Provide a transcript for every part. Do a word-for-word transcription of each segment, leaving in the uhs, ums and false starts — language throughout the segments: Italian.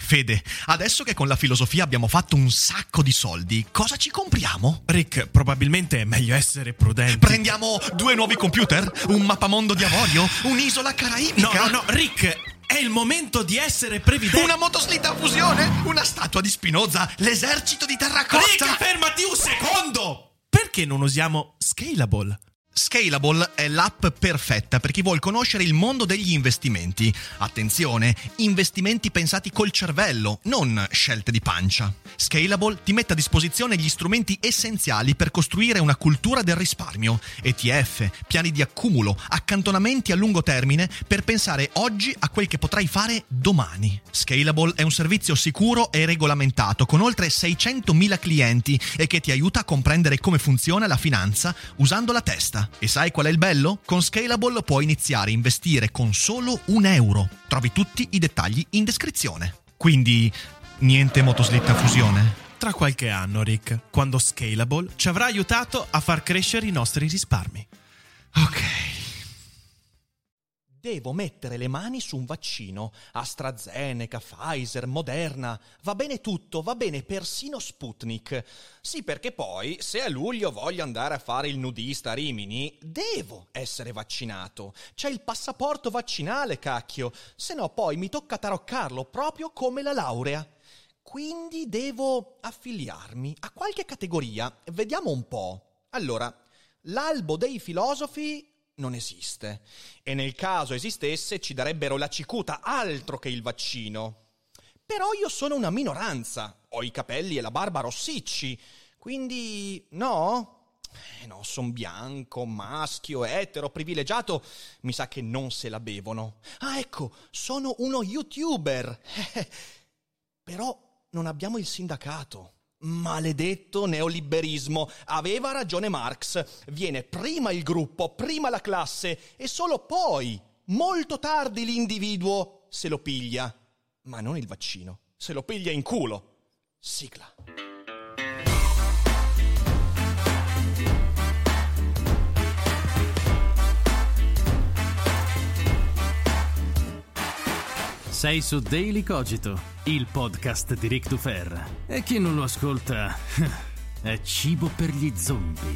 Fede, adesso che con la filosofia abbiamo fatto un sacco di soldi, cosa ci compriamo? Rick, probabilmente è meglio essere prudenti. Prendiamo due nuovi computer? Un mappamondo di avorio? Un'isola caraibica? No, no, no, Rick, è il momento di essere previdenti. Una motoslitta a fusione? Una statua di Spinoza? L'esercito di terracotta? Rick, fermati un secondo! Perché non usiamo Scalable? Scalable è l'app perfetta per chi vuol conoscere il mondo degli investimenti. Attenzione, investimenti pensati col cervello, non scelte di pancia. Scalable ti mette a disposizione gli strumenti essenziali per costruire una cultura del risparmio, E T F, piani di accumulo, accantonamenti a lungo termine per pensare oggi a quel che potrai fare domani. Scalable è un servizio sicuro e regolamentato con oltre seicentomila clienti e che ti aiuta a comprendere come funziona la finanza usando la testa. E sai qual è il bello? Con Scalable puoi iniziare a investire con solo un euro. Trovi tutti i dettagli in descrizione. Quindi, niente motoslitta a fusione? Tra qualche anno, Rick, quando Scalable ci avrà aiutato a far crescere i nostri risparmi. Ok. Devo mettere le mani su un vaccino. AstraZeneca, Pfizer, Moderna. Va bene tutto, va bene persino Sputnik. Sì, perché poi, se a luglio voglio andare a fare il nudista a Rimini, devo essere vaccinato. C'è il passaporto vaccinale, cacchio. Se no poi mi tocca taroccarlo proprio come la laurea. Quindi devo affiliarmi a qualche categoria. Vediamo un po'. Allora, l'albo dei filosofi non esiste. E nel caso esistesse ci darebbero la cicuta, altro che il vaccino. Però io sono una minoranza. Ho i capelli e la barba rossicci. Quindi no? Eh no, son bianco, maschio, etero, privilegiato. Mi sa che non se la bevono. Ah, ecco, sono uno YouTuber. Però non abbiamo il sindacato. Maledetto neoliberismo. Aveva ragione Marx. Viene prima il gruppo, prima la classe e solo poi, molto tardi, l'individuo se lo piglia. Ma non il vaccino. Se lo piglia in culo. Sigla. Sei su Daily Cogito, il podcast di Rick Dufer. E chi non lo ascolta è cibo per gli zombie.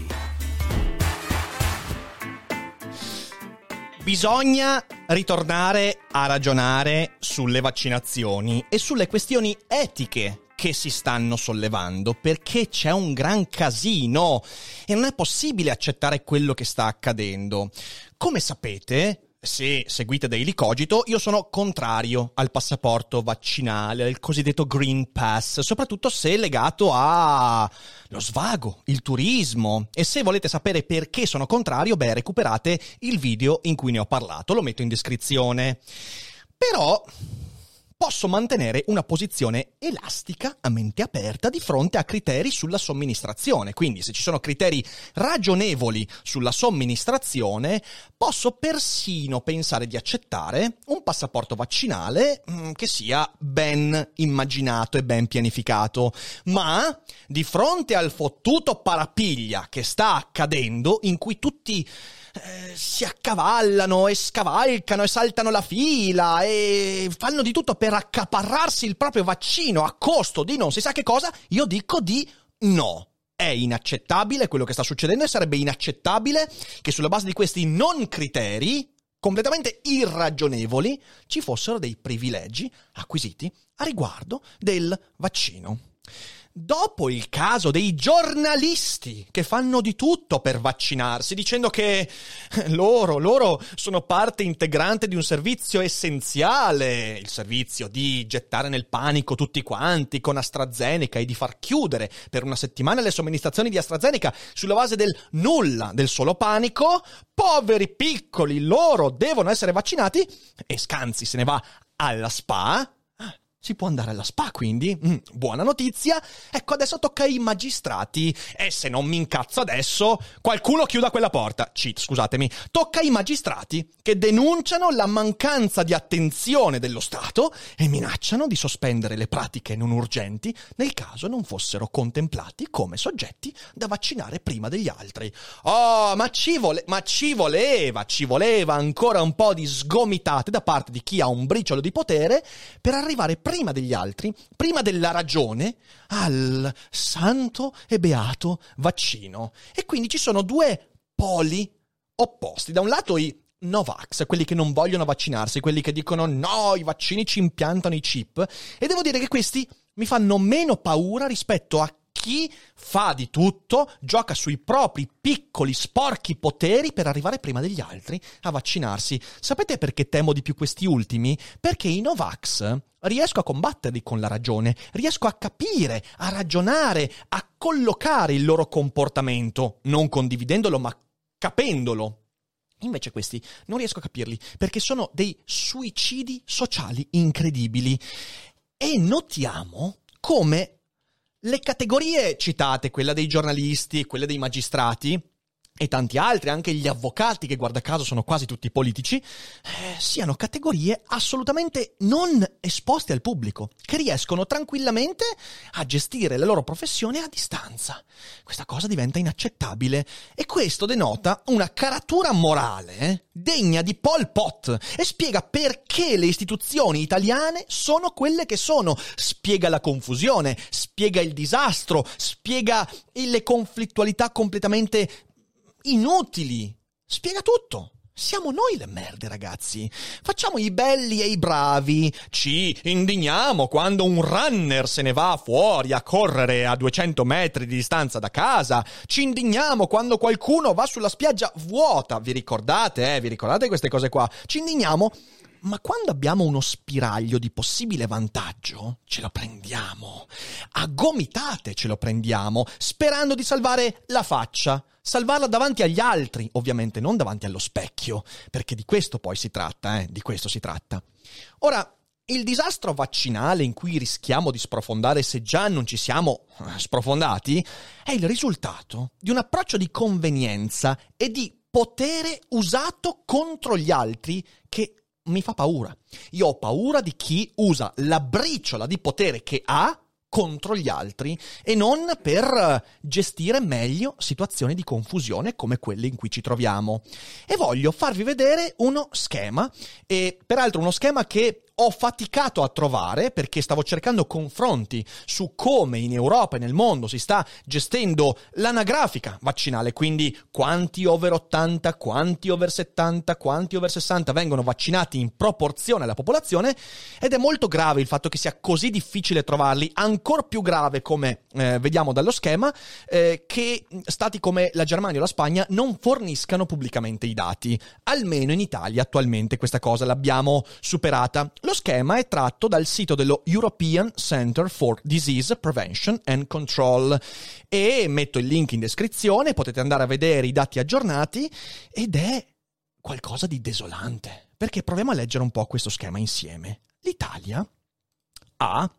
Bisogna ritornare a ragionare sulle vaccinazioni e sulle questioni etiche che si stanno sollevando, perché c'è un gran casino e non è possibile accettare quello che sta accadendo. Come sapete, se seguite Daily Cogito, io sono contrario al passaporto vaccinale, al cosiddetto Green Pass, soprattutto se legato allo svago, il turismo. E se volete sapere perché sono contrario, beh, recuperate il video in cui ne ho parlato, lo metto in descrizione. Però posso mantenere una posizione elastica a mente aperta di fronte a criteri sulla somministrazione. Quindi, se ci sono criteri ragionevoli sulla somministrazione, posso persino pensare di accettare un passaporto vaccinale mh, che sia ben immaginato e ben pianificato. Ma di fronte al fottuto parapiglia che sta accadendo, in cui tutti Eh, si accavallano e scavalcano e saltano la fila e fanno di tutto per accaparrarsi il proprio vaccino a costo di non si sa che cosa, io dico di no. È inaccettabile quello che sta succedendo e sarebbe inaccettabile che sulla base di questi non criteri, completamente irragionevoli, ci fossero dei privilegi acquisiti a riguardo del vaccino. Dopo il caso dei giornalisti che fanno di tutto per vaccinarsi, dicendo che loro, loro sono parte integrante di un servizio essenziale, il servizio di gettare nel panico tutti quanti con AstraZeneca e di far chiudere per una settimana le somministrazioni di AstraZeneca sulla base del nulla, del solo panico, poveri piccoli, loro devono essere vaccinati e Scanzi se ne va alla spa. Si può andare alla spa, quindi? Mm, buona notizia. Ecco, adesso tocca ai magistrati. E se non mi incazzo adesso, qualcuno chiuda quella porta. Cheat, scusatemi. Tocca ai magistrati, che denunciano la mancanza di attenzione dello Stato e minacciano di sospendere le pratiche non urgenti nel caso non fossero contemplati come soggetti da vaccinare prima degli altri. Oh, ma ci, vole- ma ci voleva, ci voleva ancora un po' di sgomitate da parte di chi ha un briciolo di potere per arrivare prima prima degli altri, prima della ragione, al santo e beato vaccino. E quindi ci sono due poli opposti. Da un lato i Novax, quelli che non vogliono vaccinarsi, quelli che dicono no, i vaccini ci impiantano i chip, e devo dire che questi mi fanno meno paura rispetto a chi fa di tutto, gioca sui propri piccoli sporchi poteri per arrivare prima degli altri a vaccinarsi. Sapete perché temo di più questi ultimi? Perché i Novax riesco a combatterli con la ragione, riesco a capire, a ragionare, a collocare il loro comportamento, non condividendolo ma capendolo. Invece questi non riesco a capirli, perché sono dei suicidi sociali incredibili. E notiamo come le categorie citate, quella dei giornalisti, quelle dei magistrati e tanti altri, anche gli avvocati, che guarda caso sono quasi tutti politici, eh, siano categorie assolutamente non esposte al pubblico, che riescono tranquillamente a gestire la loro professione a distanza. Questa cosa diventa inaccettabile e questo denota una caratura morale eh, degna di Pol Pot e spiega perché le istituzioni italiane sono quelle che sono. Spiega la confusione, spiega il disastro, spiega le conflittualità completamente inutili, spiega tutto. Siamo noi le merde, ragazzi. Facciamo i belli e i bravi, ci indigniamo quando un runner se ne va fuori a correre a duecento metri di distanza da casa, ci indigniamo quando qualcuno va sulla spiaggia vuota, vi ricordate, eh? Vi ricordate queste cose qua? Ci indigniamo, ma quando abbiamo uno spiraglio di possibile vantaggio, ce lo prendiamo. A gomitate ce lo prendiamo, sperando di salvare la faccia. Salvarla davanti agli altri, ovviamente non davanti allo specchio, perché di questo poi si tratta, eh, di questo si tratta. Ora, il disastro vaccinale in cui rischiamo di sprofondare se già non ci siamo sprofondati è il risultato di un approccio di convenienza e di potere usato contro gli altri che mi fa paura. Io ho paura di chi usa la briciola di potere che ha contro gli altri e non per gestire meglio situazioni di confusione come quelle in cui ci troviamo. E voglio farvi vedere uno schema, e peraltro uno schema che ho faticato a trovare perché stavo cercando confronti su come in Europa e nel mondo si sta gestendo l'anagrafica vaccinale, quindi quanti over ottanta, quanti over settanta, quanti over sessanta vengono vaccinati in proporzione alla popolazione, ed è molto grave il fatto che sia così difficile trovarli, ancor più grave, come eh, vediamo dallo schema, eh, che stati come la Germania o la Spagna non forniscano pubblicamente i dati. Almeno in Italia attualmente questa cosa l'abbiamo superata. Lo schema è tratto dal sito dello European Center for Disease Prevention and Control e metto il link in descrizione, potete andare a vedere i dati aggiornati, ed è qualcosa di desolante, perché proviamo a leggere un po' questo schema insieme. L'Italia ha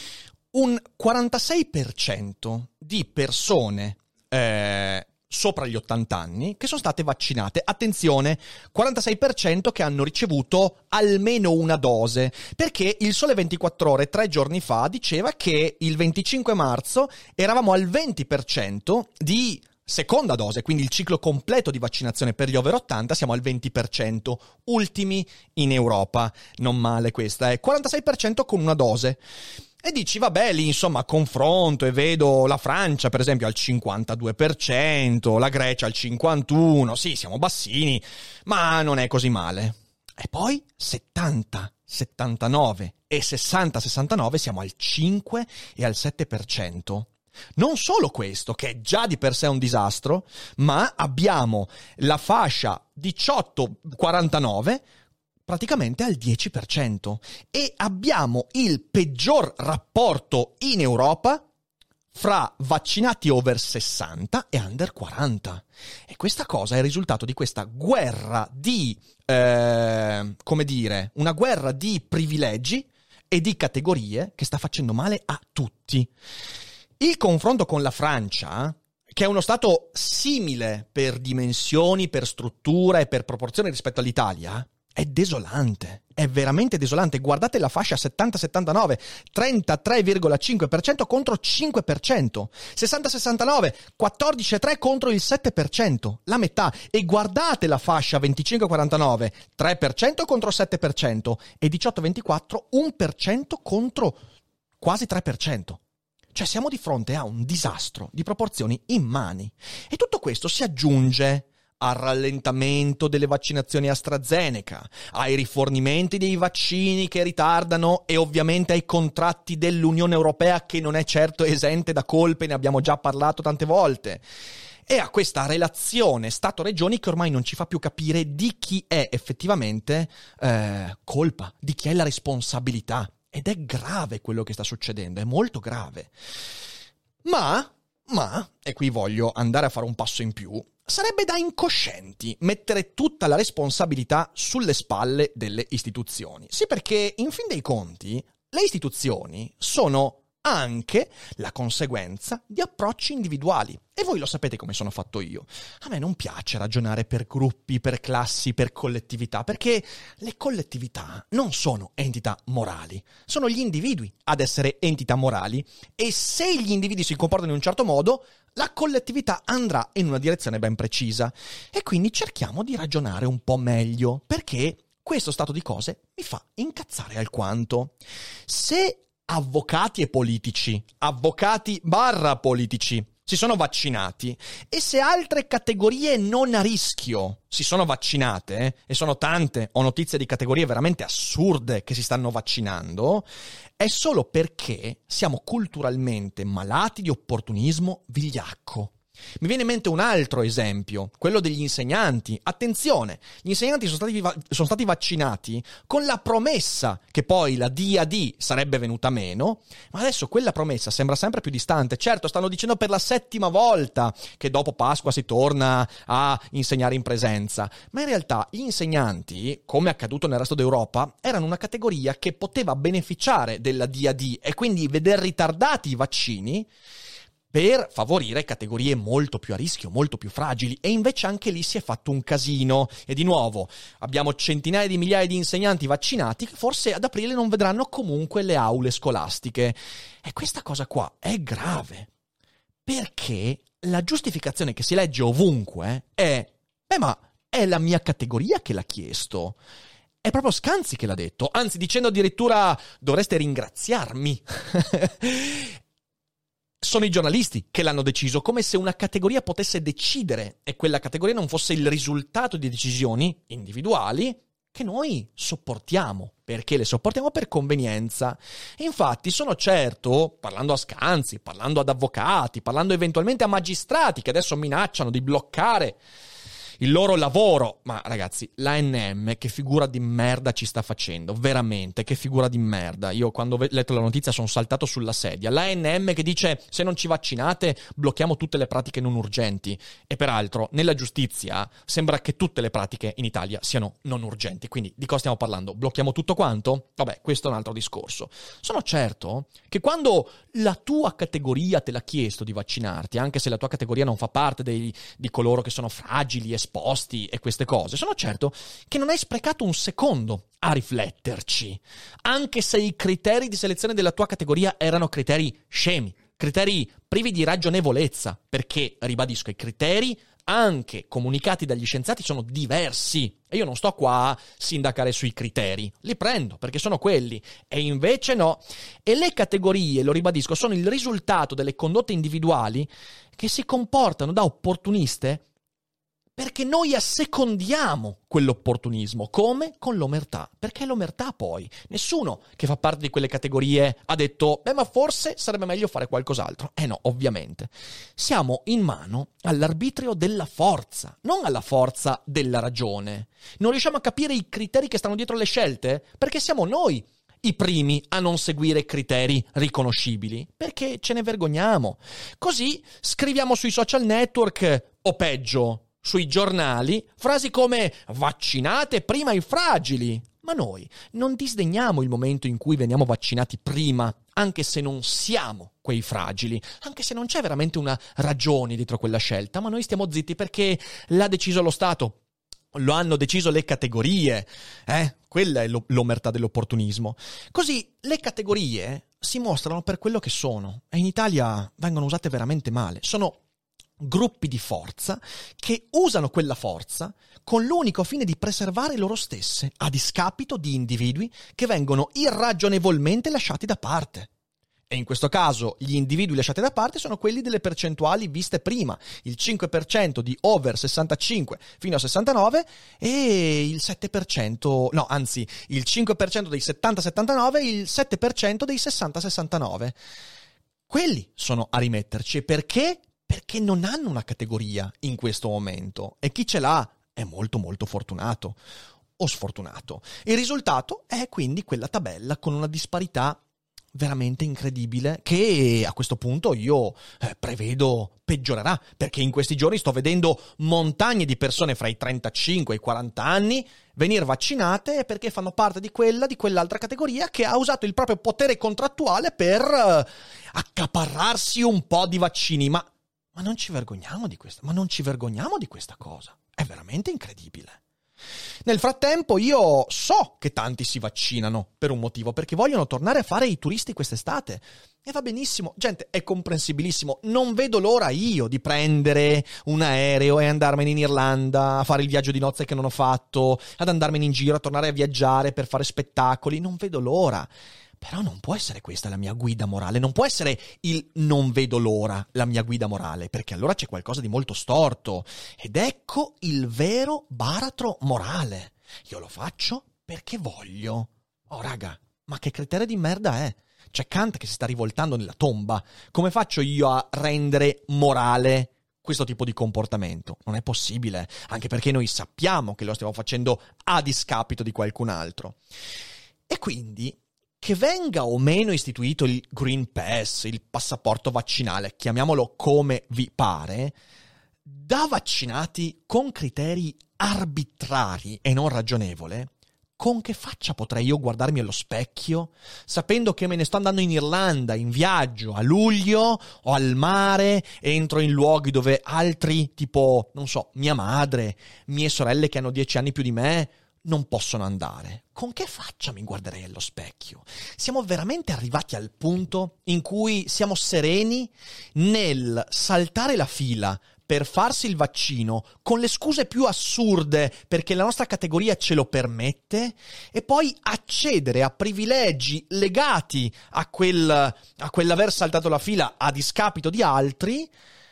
un quarantasei per cento di persone eh, sopra gli ottanta anni che sono state vaccinate. Attenzione, quarantasei per cento che hanno ricevuto almeno una dose, perché il Sole ventiquattro Ore tre giorni fa diceva che il venticinque marzo eravamo al venti per cento di seconda dose, quindi il ciclo completo di vaccinazione per gli over ottanta siamo al venti per cento, ultimi in Europa. Non male questa, è eh. quarantasei per cento con una dose. E dici, vabbè, lì insomma confronto e vedo la Francia per esempio al cinquantadue per cento, la Grecia al cinquantuno per cento, sì, siamo bassini, ma non è così male. E poi settanta, settantanove e sessanta sessantanove siamo al cinque e al sette per cento. Non solo questo, che è già di per sé un disastro, ma abbiamo la fascia diciotto quarantanove praticamente al dieci per cento e abbiamo il peggior rapporto in Europa fra vaccinati over sessanta e under quaranta. E questa cosa è il risultato di questa guerra di, eh, come dire, una guerra di privilegi e di categorie che sta facendo male a tutti. Il confronto con la Francia, che è uno stato simile per dimensioni, per struttura e per proporzione rispetto all'Italia, è desolante. È veramente desolante. Guardate la fascia settanta settantanove, trentatré virgola cinque per cento contro cinque per cento. sessanta sessantanove, quattordici virgola tre contro il sette per cento, la metà. E guardate la fascia venticinque quarantanove, tre per cento contro sette per cento. E diciotto ventiquattro, uno per cento contro quasi tre per cento. Cioè siamo di fronte a un disastro di proporzioni immani. E tutto questo si aggiunge al rallentamento delle vaccinazioni AstraZeneca, ai rifornimenti dei vaccini che ritardano e ovviamente ai contratti dell'Unione Europea che non è certo esente da colpe, ne abbiamo già parlato tante volte. E a questa relazione Stato-Regioni che ormai non ci fa più capire di chi è effettivamente eh, colpa, di chi è la responsabilità. Ed è grave quello che sta succedendo, è molto grave. Ma, ma, e qui voglio andare a fare un passo in più, sarebbe da incoscienti mettere tutta la responsabilità sulle spalle delle istituzioni. Sì, perché in fin dei conti le istituzioni sono anche la conseguenza di approcci individuali. E voi lo sapete come sono fatto io. A me non piace ragionare per gruppi, per classi, per collettività, perché le collettività non sono entità morali, sono gli individui ad essere entità morali, e se gli individui si comportano in un certo modo, la collettività andrà in una direzione ben precisa. E quindi cerchiamo di ragionare un po' meglio, perché questo stato di cose mi fa incazzare alquanto. Se avvocati e politici, avvocati barra politici, si sono vaccinati, e se altre categorie non a rischio si sono vaccinate, eh, e sono tante, ho notizie di categorie veramente assurde che si stanno vaccinando, è solo perché siamo culturalmente malati di opportunismo vigliacco. Mi viene in mente un altro esempio, quello degli insegnanti. Attenzione, gli insegnanti sono stati, va- sono stati vaccinati con la promessa che poi la D A D sarebbe venuta meno, ma adesso quella promessa sembra sempre più distante. Certo, stanno dicendo per la settima volta che dopo Pasqua si torna a insegnare in presenza, ma in realtà gli insegnanti, come accaduto nel resto d'Europa, erano una categoria che poteva beneficiare della D A D e quindi veder ritardati i vaccini per favorire categorie molto più a rischio, molto più fragili, e invece anche lì si è fatto un casino. E di nuovo, abbiamo centinaia di migliaia di insegnanti vaccinati che forse ad aprile non vedranno comunque le aule scolastiche. E questa cosa qua è grave, perché la giustificazione che si legge ovunque è «Beh, ma è la mia categoria che l'ha chiesto». È proprio Scanzi che l'ha detto, anzi dicendo addirittura «dovreste ringraziarmi». Sono i giornalisti che l'hanno deciso, come se una categoria potesse decidere e quella categoria non fosse il risultato di decisioni individuali che noi sopportiamo, perché le sopportiamo per convenienza. Infatti sono certo, parlando a Scanzi, parlando ad avvocati, parlando eventualmente a magistrati che adesso minacciano di bloccare il loro lavoro, ma ragazzi, l'A N M che figura di merda ci sta facendo, veramente, che figura di merda. Io quando ho letto la notizia sono saltato sulla sedia. L'A N M che dice se non ci vaccinate blocchiamo tutte le pratiche non urgenti, e peraltro nella giustizia sembra che tutte le pratiche in Italia siano non urgenti, quindi di cosa stiamo parlando? Blocchiamo tutto quanto? Vabbè, questo è un altro discorso. Sono certo che quando la tua categoria te l'ha chiesto di vaccinarti, anche se la tua categoria non fa parte dei, di coloro che sono fragili, esposti e queste cose, sono certo che non hai sprecato un secondo a rifletterci, anche se i criteri di selezione della tua categoria erano criteri scemi, criteri privi di ragionevolezza, perché, ribadisco, i criteri anche comunicati dagli scienziati sono diversi, e io non sto qua a sindacare sui criteri, li prendo perché sono quelli, e invece no. E le categorie, lo ribadisco, sono il risultato delle condotte individuali che si comportano da opportuniste perché noi assecondiamo quell'opportunismo. Come? Con l'omertà. Perché è l'omertà, poi. Nessuno che fa parte di quelle categorie ha detto beh, ma forse sarebbe meglio fare qualcos'altro. Eh no, ovviamente. Siamo in mano all'arbitrio della forza, non alla forza della ragione. Non riusciamo a capire i criteri che stanno dietro le scelte perché siamo noi i primi a non seguire criteri riconoscibili, perché ce ne vergogniamo. Così scriviamo sui social network, o peggio, sui giornali, frasi come vaccinate prima i fragili. Ma noi non disdegniamo il momento in cui veniamo vaccinati prima, anche se non siamo quei fragili, anche se non c'è veramente una ragione dietro quella scelta, ma noi stiamo zitti perché l'ha deciso lo Stato. lo hanno deciso le categorie, eh? Quella è lo- l'omertà dell'opportunismo. Così le categorie si mostrano per quello che sono, e in Italia vengono usate veramente male. Sono gruppi di forza che usano quella forza con l'unico fine di preservare loro stesse, a discapito di individui che vengono irragionevolmente lasciati da parte. E in questo caso gli individui lasciati da parte sono quelli delle percentuali viste prima, il cinque per cento di over sessantacinque fino a sessantanove e il sette per cento, no, anzi, il cinque per cento dei settanta settantanove e il sette per cento dei sessanta sessantanove. Quelli sono a rimetterci. Perché? Perché non hanno una categoria in questo momento, e chi ce l'ha è molto molto fortunato o sfortunato. Il risultato è quindi quella tabella con una disparità veramente incredibile che a questo punto io eh, prevedo peggiorerà, perché in questi giorni sto vedendo montagne di persone fra i trentacinque e i quaranta anni venire vaccinate perché fanno parte di quella, di quell'altra categoria che ha usato il proprio potere contrattuale per eh, accaparrarsi un po' di vaccini. Ma, ma non ci vergogniamo di questa, ma non ci vergogniamo di questa cosa. È veramente incredibile. Nel frattempo io so che tanti si vaccinano per un motivo, perché vogliono tornare a fare i turisti quest'estate. E va benissimo, gente, è comprensibilissimo. Non vedo l'ora io di prendere un aereo e andarmene in Irlanda a fare il viaggio di nozze che non ho fatto, ad andarmene in giro, a tornare a viaggiare per fare spettacoli. Non vedo l'ora. Però non può essere questa la mia guida morale, non può essere il non vedo l'ora la mia guida morale, perché allora c'è qualcosa di molto storto. Ed ecco il vero baratro morale. Io lo faccio perché voglio. Oh raga, ma che criterio di merda è? C'è Kant che si sta rivoltando nella tomba. Come faccio io a rendere morale questo tipo di comportamento? Non è possibile, anche perché noi sappiamo che lo stiamo facendo a discapito di qualcun altro. E quindi, che venga o meno istituito il Green Pass, il passaporto vaccinale, chiamiamolo come vi pare, da vaccinati con criteri arbitrari e non ragionevole, con che faccia potrei io guardarmi allo specchio sapendo che me ne sto andando in Irlanda, in viaggio, a luglio o al mare, entro in luoghi dove altri, tipo, non so, mia madre, mie sorelle che hanno dieci anni più di me, non possono andare? Con che faccia mi guarderei allo specchio? Siamo veramente arrivati al punto in cui siamo sereni nel saltare la fila per farsi il vaccino con le scuse più assurde perché la nostra categoria ce lo permette, e poi accedere a privilegi legati a quel a quell'aver saltato la fila a discapito di altri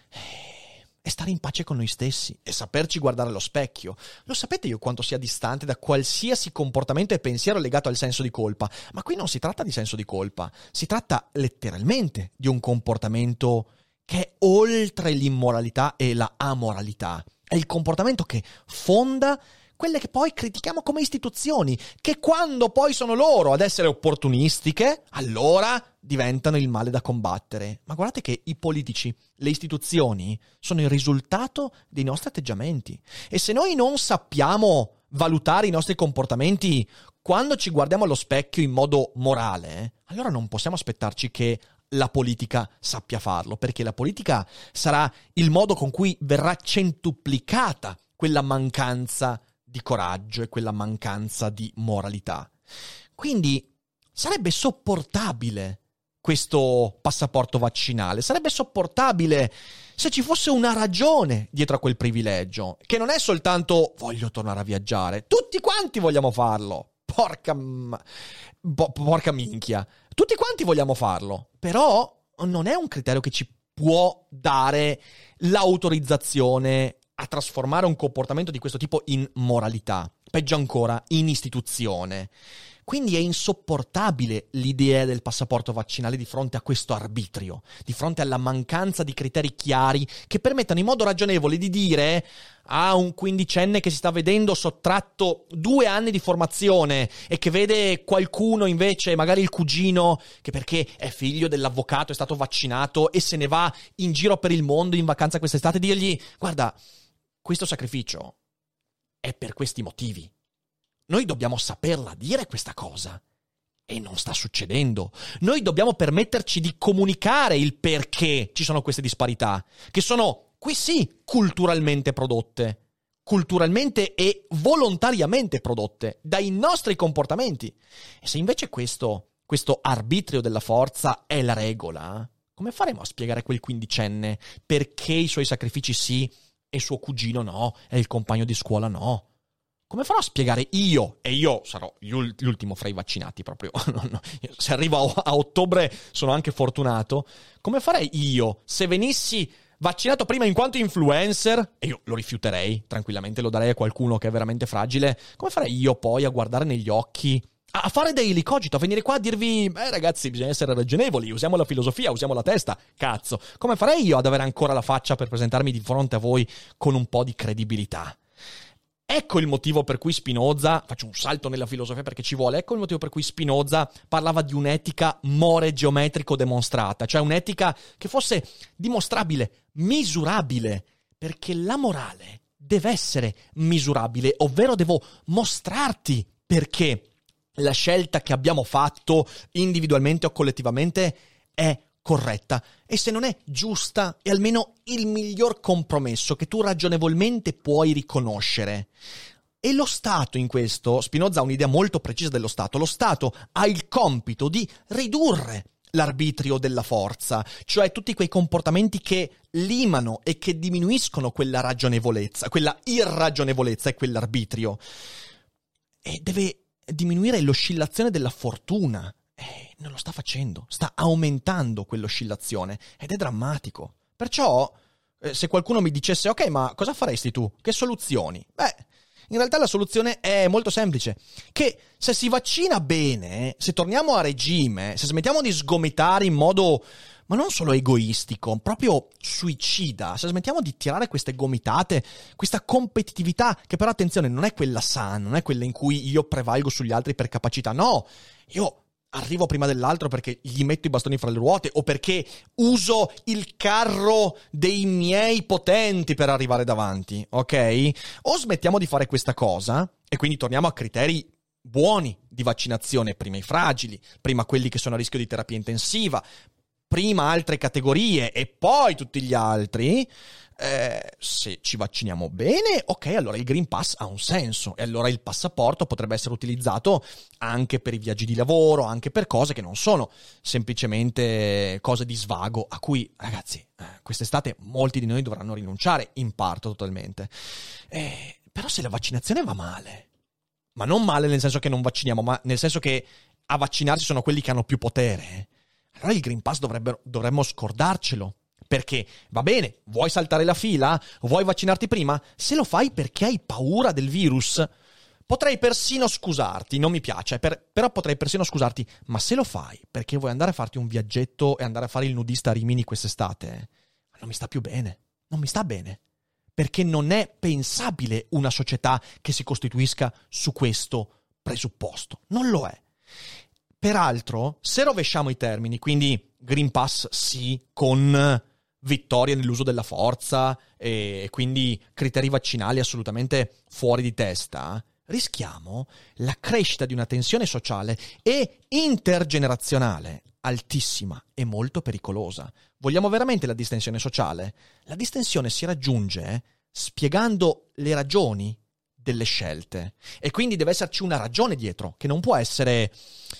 e stare in pace con noi stessi e saperci guardare allo specchio. Lo sapete io quanto sia distante da qualsiasi comportamento e pensiero legato al senso di colpa? Ma qui non si tratta di senso di colpa, si tratta letteralmente di un comportamento che è oltre l'immoralità e la amoralità. È il comportamento che fonda quelle che poi critichiamo come istituzioni, che quando poi sono loro ad essere opportunistiche, allora diventano il male da combattere. Ma guardate che i politici, le istituzioni, sono il risultato dei nostri atteggiamenti. E se noi non sappiamo valutare i nostri comportamenti quando ci guardiamo allo specchio in modo morale, allora non possiamo aspettarci che la politica sappia farlo, perché la politica sarà il modo con cui verrà centuplicata quella mancanza di coraggio e quella mancanza di moralità. Quindi sarebbe sopportabile questo passaporto vaccinale, sarebbe sopportabile se ci fosse una ragione dietro a quel privilegio, che non è soltanto voglio tornare a viaggiare, tutti quanti vogliamo farlo, porca, po- porca minchia, tutti quanti vogliamo farlo, però non è un criterio che ci può dare l'autorizzazione a trasformare un comportamento di questo tipo in moralità, peggio ancora, in istituzione. Quindi è insopportabile l'idea del passaporto vaccinale di fronte a questo arbitrio, di fronte alla mancanza di criteri chiari che permettano in modo ragionevole di dire a un quindicenne che si sta vedendo sottratto due anni di formazione e che vede qualcuno invece, magari il cugino, che perché è figlio dell'avvocato è stato vaccinato e se ne va in giro per il mondo in vacanza quest'estate, dirgli guarda, questo sacrificio è per questi motivi. Noi dobbiamo saperla dire questa cosa. E non sta succedendo. Noi dobbiamo permetterci di comunicare il perché ci sono queste disparità, che sono, qui sì, culturalmente prodotte. culturalmente e volontariamente prodotte dai nostri comportamenti. E se invece questo, questo arbitrio della forza è la regola, come faremo a spiegare a quel quindicenne perché i suoi sacrifici sì e suo cugino no e il compagno di scuola no? Come farò a spiegare io, e io sarò l'ultimo fra i vaccinati proprio, no, no. Se arrivo a, a ottobre sono anche fortunato, come farei io se venissi vaccinato prima in quanto influencer, e io lo rifiuterei tranquillamente, lo darei a qualcuno che è veramente fragile, come farei io poi a guardare negli occhi, a fare Daily Cogito, a venire qua a dirvi, beh ragazzi, bisogna essere ragionevoli, usiamo la filosofia, usiamo la testa, cazzo, come farei io ad avere ancora la faccia per presentarmi di fronte a voi con un po' di credibilità? Ecco il motivo per cui Spinoza, faccio un salto nella filosofia perché ci vuole, ecco il motivo per cui Spinoza parlava di un'etica more geometrico demonstrata, cioè un'etica che fosse dimostrabile, misurabile, perché la morale deve essere misurabile, ovvero devo mostrarti perché la scelta che abbiamo fatto individualmente o collettivamente è corretta, e se non è giusta è almeno il miglior compromesso che tu ragionevolmente puoi riconoscere. E lo Stato in questo, Spinoza ha un'idea molto precisa dello Stato, lo Stato ha il compito di ridurre l'arbitrio della forza, cioè tutti quei comportamenti che limano e che diminuiscono quella ragionevolezza, quella irragionevolezza e quell'arbitrio, e deve diminuire l'oscillazione della fortuna. Eh, non lo sta facendo, sta aumentando quell'oscillazione ed è drammatico. Perciò, eh, se qualcuno mi dicesse, ok, ma cosa faresti tu? Che soluzioni? Beh, in realtà la soluzione è molto semplice, che se si vaccina bene, se torniamo a regime, se smettiamo di sgomitare in modo, ma non solo egoistico, proprio suicida, se smettiamo di tirare queste gomitate, questa competitività, che però attenzione, non è quella sana, non è quella in cui io prevalgo sugli altri per capacità, no, io arrivo prima dell'altro perché gli metto i bastoni fra le ruote o perché uso il carro dei miei potenti per arrivare davanti, ok? O smettiamo di fare questa cosa e quindi torniamo a criteri buoni di vaccinazione, prima i fragili, prima quelli che sono a rischio di terapia intensiva, prima altre categorie e poi tutti gli altri. Eh, se ci vacciniamo bene, ok, allora il Green Pass ha un senso e allora il passaporto potrebbe essere utilizzato anche per i viaggi di lavoro, anche per cose che non sono semplicemente cose di svago a cui, ragazzi, eh, quest'estate molti di noi dovranno rinunciare in parte totalmente. Eh, però se la vaccinazione va male, ma non male nel senso che non vacciniamo, ma nel senso che a vaccinarsi sono quelli che hanno più potere, allora il Green Pass dovrebbero, dovremmo scordarcelo. Perché, va bene, vuoi saltare la fila? Vuoi vaccinarti prima? Se lo fai perché hai paura del virus, potrei persino scusarti, non mi piace, per, però potrei persino scusarti, ma se lo fai perché vuoi andare a farti un viaggetto e andare a fare il nudista a Rimini quest'estate, non mi sta più bene, non mi sta bene, perché non è pensabile una società che si costituisca su questo presupposto, non lo è. Peraltro, se rovesciamo i termini, quindi Green Pass sì, con vittoria nell'uso della forza e quindi criteri vaccinali assolutamente fuori di testa, rischiamo la crescita di una tensione sociale e intergenerazionale altissima e molto pericolosa. Vogliamo veramente la distensione sociale? La distensione si raggiunge spiegando le ragioni delle scelte e quindi deve esserci una ragione dietro, che non può essere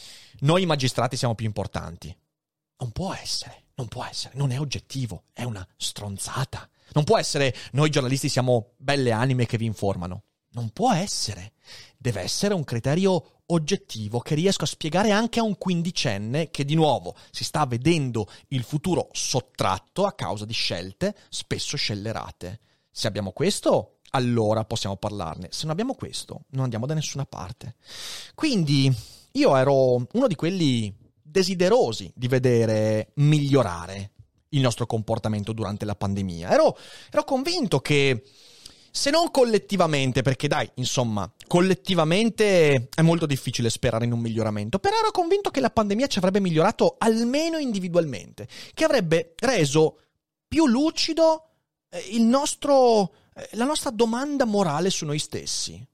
noi magistrati siamo più importanti. Non può essere, non può essere, non è oggettivo, è una stronzata. Non può essere noi giornalisti siamo belle anime che vi informano. Non può essere. Deve essere un criterio oggettivo che riesco a spiegare anche a un quindicenne che di nuovo si sta vedendo il futuro sottratto a causa di scelte spesso scellerate. Se abbiamo questo, allora possiamo parlarne. Se non abbiamo questo, non andiamo da nessuna parte. Quindi io ero uno di quelli desiderosi di vedere migliorare il nostro comportamento durante la pandemia. Ero, ero convinto che, se non collettivamente, perché dai, insomma, collettivamente è molto difficile sperare in un miglioramento, però ero convinto che la pandemia ci avrebbe migliorato almeno individualmente, che avrebbe reso più lucido il nostro, la nostra domanda morale su noi stessi.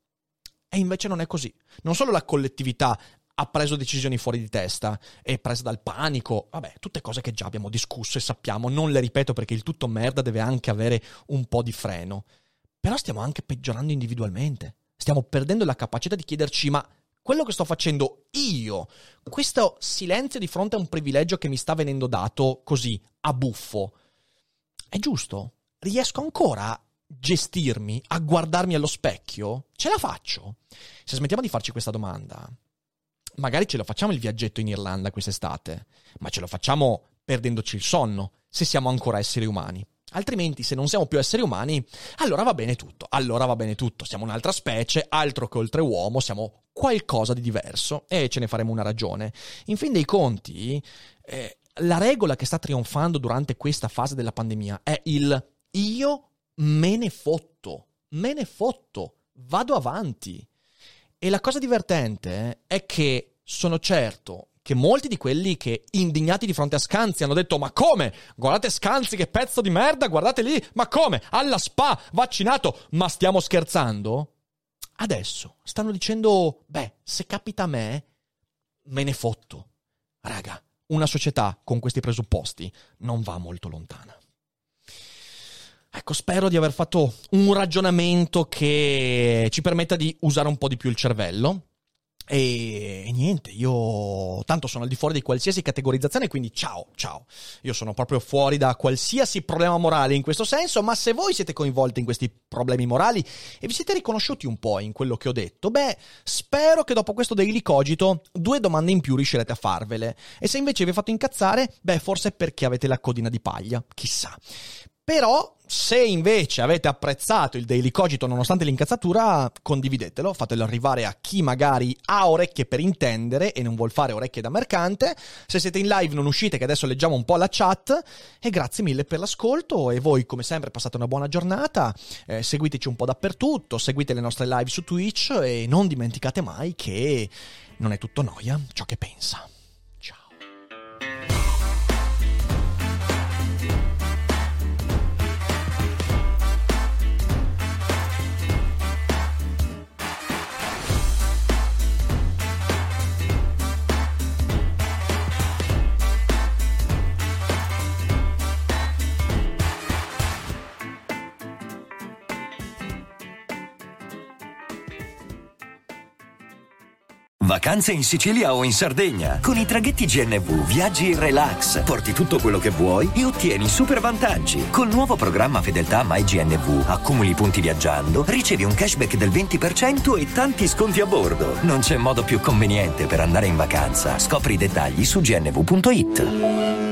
E invece non è così. Non solo la collettività ha preso decisioni fuori di testa, è presa dal panico, vabbè, tutte cose che già abbiamo discusso e sappiamo, non le ripeto perché il tutto merda deve anche avere un po' di freno. però stiamo anche peggiorando individualmente. Stiamo perdendo la capacità di chiederci: ma quello che sto facendo io, questo silenzio di fronte a un privilegio che mi sta venendo dato così, a buffo, è giusto? Riesco ancora a gestirmi, a guardarmi allo specchio? Ce la faccio? Se smettiamo di farci questa domanda, magari ce lo facciamo il viaggetto in Irlanda quest'estate, ma ce lo facciamo perdendoci il sonno, se siamo ancora esseri umani. Altrimenti, se non siamo più esseri umani, allora va bene tutto, allora va bene tutto, siamo un'altra specie, altro che oltreuomo, siamo qualcosa di diverso e ce ne faremo una ragione. In fin dei conti, eh, la regola che sta trionfando durante questa fase della pandemia è il io me ne fotto, me ne fotto, vado avanti. E la cosa divertente è che sono certo che molti di quelli che, indignati di fronte a Scanzi, hanno detto: ma come? Guardate Scanzi, che pezzo di merda, guardate lì, ma come? Alla spa, vaccinato, ma stiamo scherzando? Adesso stanno dicendo: beh, se capita a me, me ne fotto. Raga, una società con questi presupposti non va molto lontana. Ecco, spero di aver fatto un ragionamento che ci permetta di usare un po' di più il cervello. E, e niente, io tanto sono al di fuori di qualsiasi categorizzazione, quindi ciao, ciao. Io sono proprio fuori da qualsiasi problema morale in questo senso, ma se voi siete coinvolti in questi problemi morali e vi siete riconosciuti un po' in quello che ho detto, beh, spero che dopo questo Daily Cogito due domande in più riuscirete a farvele. E se invece vi ho fatto incazzare, beh, forse è perché avete la codina di paglia, chissà. Però, se invece avete apprezzato il Daily Cogito nonostante l'incazzatura, condividetelo, fatelo arrivare a chi magari ha orecchie per intendere e non vuol fare orecchie da mercante. Se siete in live non uscite, che adesso leggiamo un po' la chat. E grazie mille per l'ascolto, e voi come sempre passate una buona giornata, eh, seguiteci un po' dappertutto, seguite le nostre live su Twitch e non dimenticate mai che non è tutto noia ciò che pensa. Vacanze in Sicilia o in Sardegna. Con i traghetti G N V viaggi in relax, porti tutto quello che vuoi e ottieni super vantaggi. Col nuovo programma Fedeltà MyGNV accumuli punti viaggiando, ricevi un cashback del venti per cento e tanti sconti a bordo. Non c'è modo più conveniente per andare in vacanza. Scopri i dettagli su gnv punto it.